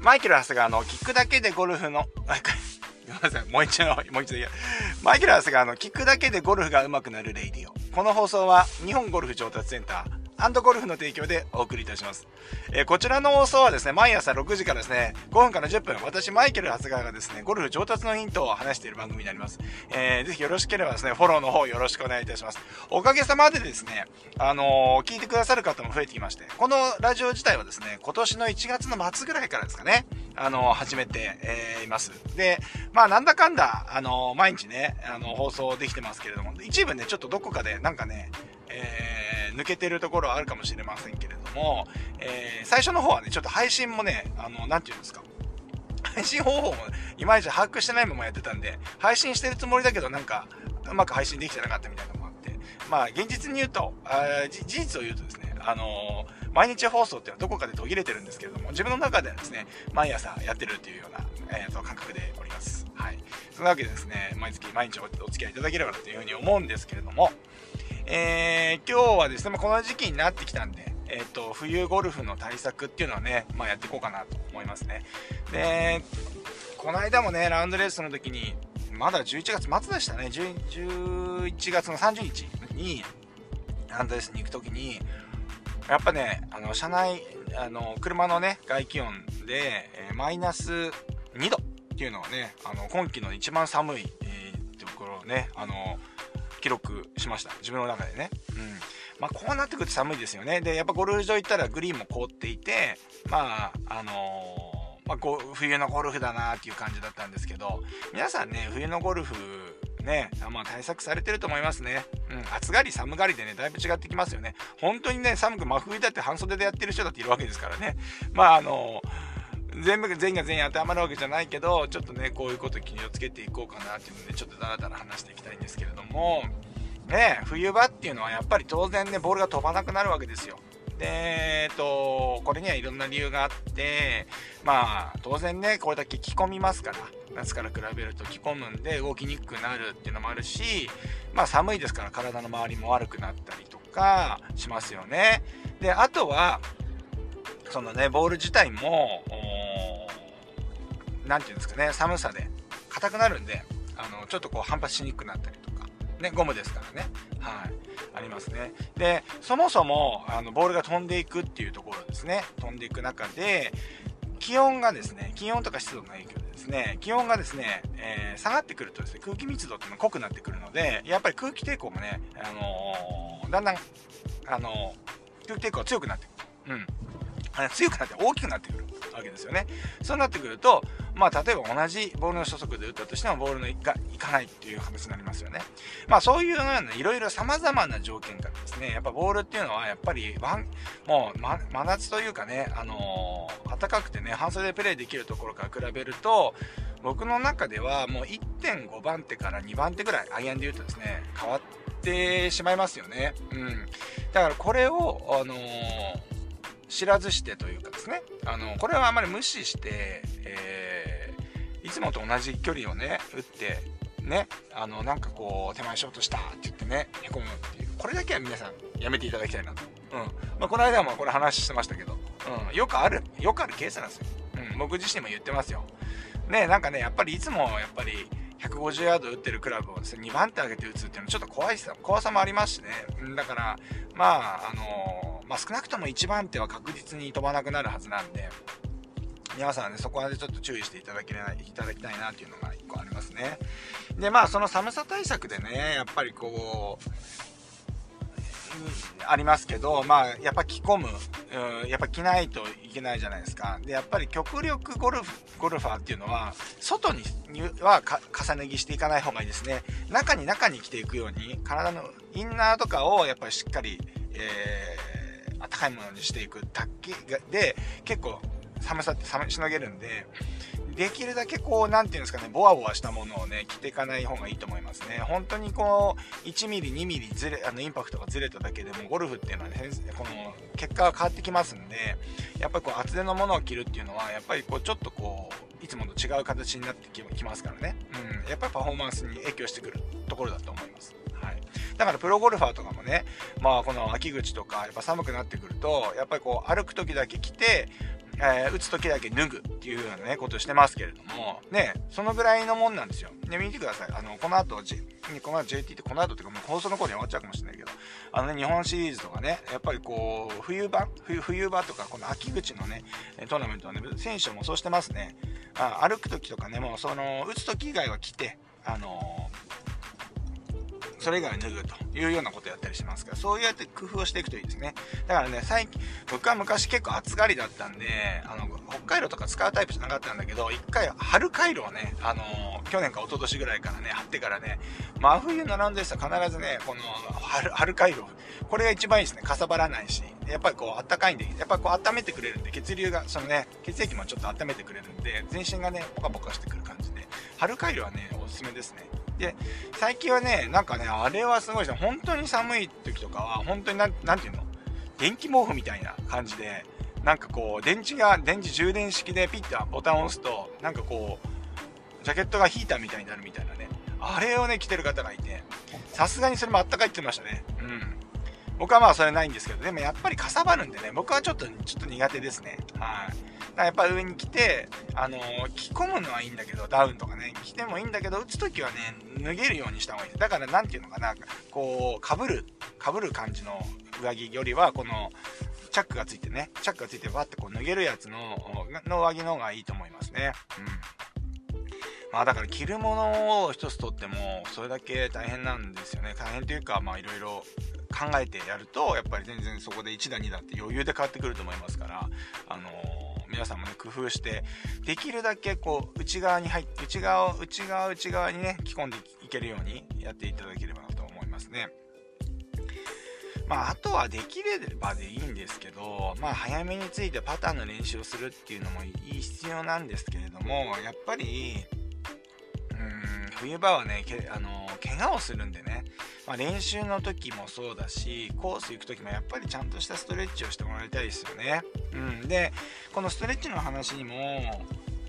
マイケル・長谷川の聞くだけでゴルフの、すみません、もう一度マイケル・長谷川の聞くだけでゴルフが上手くなるレイディオ。この放送は日本ゴルフ上達センターゴルフの提供でお送りいたします。こちらの放送はですね、毎朝6時からですね、5分から10分、私マイケル・長谷川がですね、ゴルフ上達のヒントを話している番組になります。ぜひよろしければですね、フォローの方よろしくお願いいたします。おかげさまでですね、聞いてくださる方も増えてきまして、このラジオ自体はですね、今年の1月の末ぐらいからですかね、始めて、います。で、まあなんだかんだ、毎日ね、放送できてますけれども、一部ね、ちょっとどこかでなんかね、抜けてるところはあるかもしれませんけれども、最初の方はね、ちょっと配信もね、なんていうんですか、配信方法もいまいち把握してないままやってたんで、配信してるつもりだけどなんか、うまく配信できてなかったみたいなのもあって、まあ現実に言うと、事実を言うとですね、毎日放送っていうのはどこかで途切れてるんですけれども、自分の中ではですね、毎朝やってるっていうような、感覚でおります。はい。そのわけでですね、毎日お付き合いいただければというふうに思うんですけれども、今日はですね、この時期になってきたんで、冬ゴルフの対策っていうのはね、まあやっていこうかなと思いますね。で、この間もね、ラウンドレースの時に、まだ11月末でしたね、11月の30日に、ラウンドレースに行く時に、やっぱね、車内、車のね、外気温で、マイナス2度っていうのはね、今季の一番寒い、ところをね、記録しました。自分の中でね。うん。まあ、こうなってくると寒いですよね。で、やっぱゴルフ場行ったらグリーンも凍っていて、まあ、冬のゴルフだなっていう感じだったんですけど、皆さんね、冬のゴルフ、ね、まあ対策されてると思いますね。うん、暑がり寒がりでね、だいぶ違ってきますよね。本当にね、寒く真冬だって半袖でやってる人だっているわけですからね。まあ全員が全員当てはまるわけじゃないけど、ちょっとね、こういうこと気をつけていこうかなっていうので、ちょっとだらだら話していきたいんですけれども、ね、冬場っていうのはやっぱり当然ね、ボールが飛ばなくなるわけですよ。で、これにはいろんな理由があって、まあ、当然ね、これだけ着込みますから、夏から比べると着込むんで動きにくくなるっていうのもあるし、まあ寒いですから体の周りも悪くなったりとかしますよね。で、あとは、そのね、ボール自体も、なんていうんですかね、寒さで硬くなるんで、ちょっとこう反発しにくくなったりとか、ね、ゴムですからね。はい。ありますね。で、そもそも、ボールが飛んでいくっていうところですね。飛んでいく中で、気温がですね、気温とか湿度の影響でですね、気温がですね、下がってくるとですね、空気密度っていうのが濃くなってくるので、やっぱり空気抵抗もね、だんだん、空気抵抗が強くなってくる。うん。強くなって大きくなってくるわけですよね。そうなってくると、まあ例えば同じボールの初速で打ったとしてもボールがいかないっていう話になりますよね。まあそういうようないろいろ様々な条件からですね、やっぱボールっていうのはやっぱりもう、真夏というかね、暖かくてね、半袖でプレーできるところから比べると、僕の中ではもう 1.5 番手から2番手ぐらいアイアンで言うとですね、変わってしまいますよね。うん。だからこれを、知らずしてというかですね、これはあまり無視して、いつもと同じ距離をね、打って、ね、なんかこう、手前ショートしたって言ってね、へこむっていう、これだけは皆さんやめていただきたいなと。うん。まあ、この間もこれ話してましたけど、うん、よくあるケースなんですよ。うん、僕自身も言ってますよ。ね、なんかね、やっぱりいつも、やっぱり、150ヤード打ってるクラブをですね、2番手上げて打つっていうのはちょっと怖さもありますしね。だから、まあ、少なくとも1番手は確実に飛ばなくなるはずなんで、皆さんね、そこはね、ちょっと注意していただきたいなっていうのが1個ありますね。で、まあ、その寒さ対策でね、やっぱりこう、ありますけど、まあ、やっぱ着込む、やっぱ着ないといけないじゃないですか。で、やっぱり極力ゴルファーっていうのは、外には重ね着していかない方がいいですね。中に着ていくように、体のインナーとかをやっぱりしっかり、暖かいものにしていくだけで、結構寒さってしのげるんで、できるだけこう、なんていうんですかね、ボワボワしたものをね、着ていかない方がいいと思いますね。本当にこう、1ミリ、2ミリインパクトがずれただけでも、ゴルフっていうのはね、この、結果が変わってきますんで、やっぱりこう、厚手のものを着るっていうのは、やっぱりこう、ちょっとこう、いつもと違う形になってきますからね。うん。やっぱりパフォーマンスに影響してくるところだと思います。はい。だからプロゴルファーとかもね、まあこの秋口とか、やっぱ寒くなってくると、やっぱりこう、歩く時だけ着て、 打つ時だけ脱ぐっていうようなね、ことをしてますけれども、ね、そのぐらいのもんなんですよ。で、見てください。この後、この後 JT ってこの後っていうか、もう放送の頃に終わっちゃうかもしれないけど、日本シリーズとかね、やっぱりこう、冬場とか、この秋口のね、トーナメントはね、選手もそうしてますね。歩く時とかね、もう打つ時以外は来て、それ以外は脱ぐというようなことをやったりしますから、そうやって工夫をしていくといいですね。だからね、僕は昔結構暑がりだったんで、北海道とか使うタイプじゃなかったんだけど、一回春回路をね、去年か一昨年ぐらいからね、貼ってからね、真冬のラウンドですと必ずね、この春回路、これが一番いいですね。かさばらないし、やっぱりこう暖かいんで、やっぱりこう温めてくれるんで、血流が、そのね、血液もちょっと温めてくれるんで、全身がね、ポカポカしてくる感じで、春回路はね、おすすめですね。で、最近はね、なんかね、あれはすごいですね。本当に寒い時とかは、本当になんていうの、電気毛布みたいな感じで、なんかこう、電池充電式でピッとボタンを押すと、なんかこう、ジャケットがヒーターみたいになるみたいなね、あれをね、着てる方がいて、さすがにそれもあったかいって言ってましたね。うん。僕はまあそれないんですけど、でもやっぱりかさばるんでね、僕はちょっと苦手ですね。はい。やっぱり上に着て、着込むのはいいんだけど、ダウンとかね、着てもいいんだけど、打つときはね、脱げるようにした方がいいです。だから、なんていうのかな、こう、かぶる感じの上着よりは、この、チャックがついてバッてこう脱げるやつの上着の方がいいと思いますね。うん。まあだから着るものを一つとっても、それだけ大変なんですよね。大変というか、まあいろいろ考えてやると、やっぱり全然そこで1打2打って余裕で変わってくると思いますから、皆さんもね、工夫して、できるだけこう、内側にね、着込んでいけるようにやっていただければなと思いますね。まあ、あとはできればでいいんですけど、まあ、早めについてパターンの練習をするっていうのも必要なんですけれども、やっぱり、冬場はね、怪我をするんでね、まあ、練習の時もそうだし、コース行く時もやっぱりちゃんとしたストレッチをしてもらいたいですよね。で、このストレッチの話にも、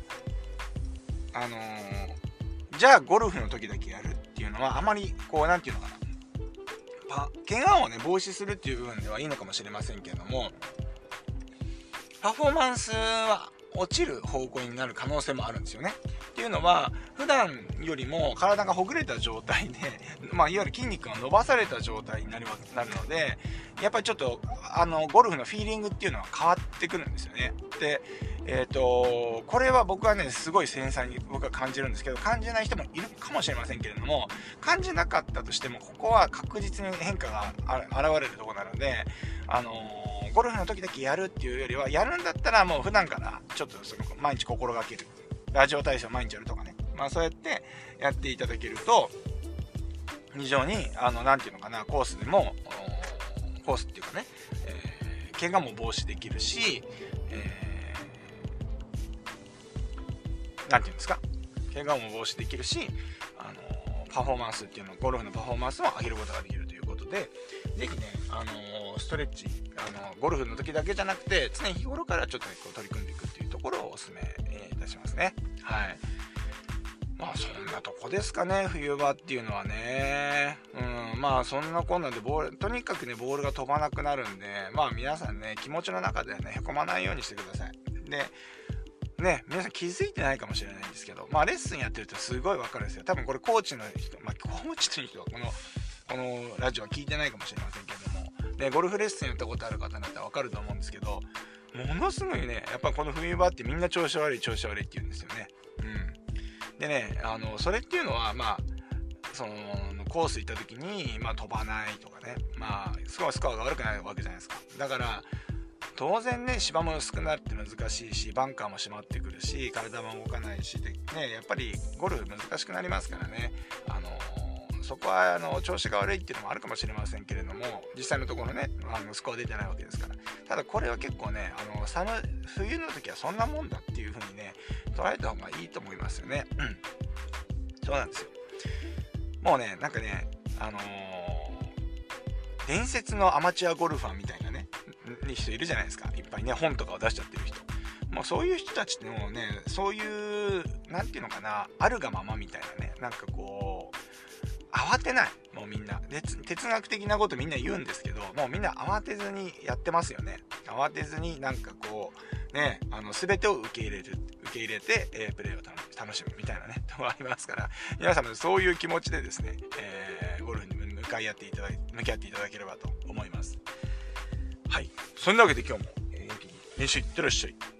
じゃあゴルフの時だけやるっていうのは、あまり、こう、なんていうのかな、怪我をね、防止するっていう部分ではいいのかもしれませんけれども、パフォーマンスは落ちる方向になる可能性もあるんですよね。っていうのは、普段よりも体がほぐれた状態で、まあ、いわゆる筋肉が伸ばされた状態になるので、やっぱりちょっと、ゴルフのフィーリングっていうのは変わってくるんですよね。で、これは僕はね、すごい繊細に僕は感じるんですけど、感じない人もいるかもしれませんけれども、感じなかったとしても、ここは確実に変化が現れるところなので、ゴルフの時だけやるっていうよりは、やるんだったらもう普段からちょっと毎日心がける。ラジオ体操毎日やるとかね。まあそうやってやっていただけると、非常に、なんていうのかな、コースっていうかね、怪我も防止できるし、なんていうんですか、怪我も防止できるし、パフォーマンスっていうの、ゴルフのパフォーマンスを上げることができるということで、ぜひね、ストレッチ、ゴルフの時だけじゃなくて、常日頃からちょっと、こう取り組んでいくっていうところをお勧めいたしますね。はい。まあそんなとこですかね、冬場っていうのはね。まあそんなこんなでとにかくね、ボールが飛ばなくなるんで、まあ皆さんね、気持ちの中でね、へこまないようにしてください。で、ね、皆さん気づいてないかもしれないんですけど、まあレッスンやってるとすごいわかるんですよ。多分これコーチの人、まあコーチの人はこのラジオは聞いてないかもしれませんけれども、で、ゴルフレッスンやったことある方だったらわかると思うんですけど、ものすごいね、やっぱこの冬場ってみんな調子悪いって言うんですよね。でね、それっていうのは、まあ、コース行った時に、まあ飛ばないとかね、まあ、すごいスコアが悪くないわけじゃないですか。だから、当然ね、芝も薄くなって難しいし、バンカーも閉まってくるし、体も動かないしで、ね、やっぱりゴルフ難しくなりますからね。そこは調子が悪いっていうのもあるかもしれませんけれども、実際のところね、スコア出てないわけですから。ただこれは結構ね、冬の時はそんなもんだっていう風にね、捉えた方がいいと思いますよね。そうなんですよ。もうね、なんかね、伝説のアマチュアゴルファーみたいなね、人いるじゃないですか。いっぱいね、本とかを出しちゃってる人。もうそういう人たちのね、そういう、なんていうのかな、あるがままみたいなね、なんかこう、慌てない。もうみんな。哲学的なことみんな言うんですけど、もうみんな慌てずにやってますよね。慌てずになんかこう、 ね、全てを受け入れて、プレーを楽しむみたいなね、とこありますから、皆様そういう気持ちでですね、ゴルフに向き合っていただければと思います。はい。そんなわけで今日も元気に練習いってらっしゃい。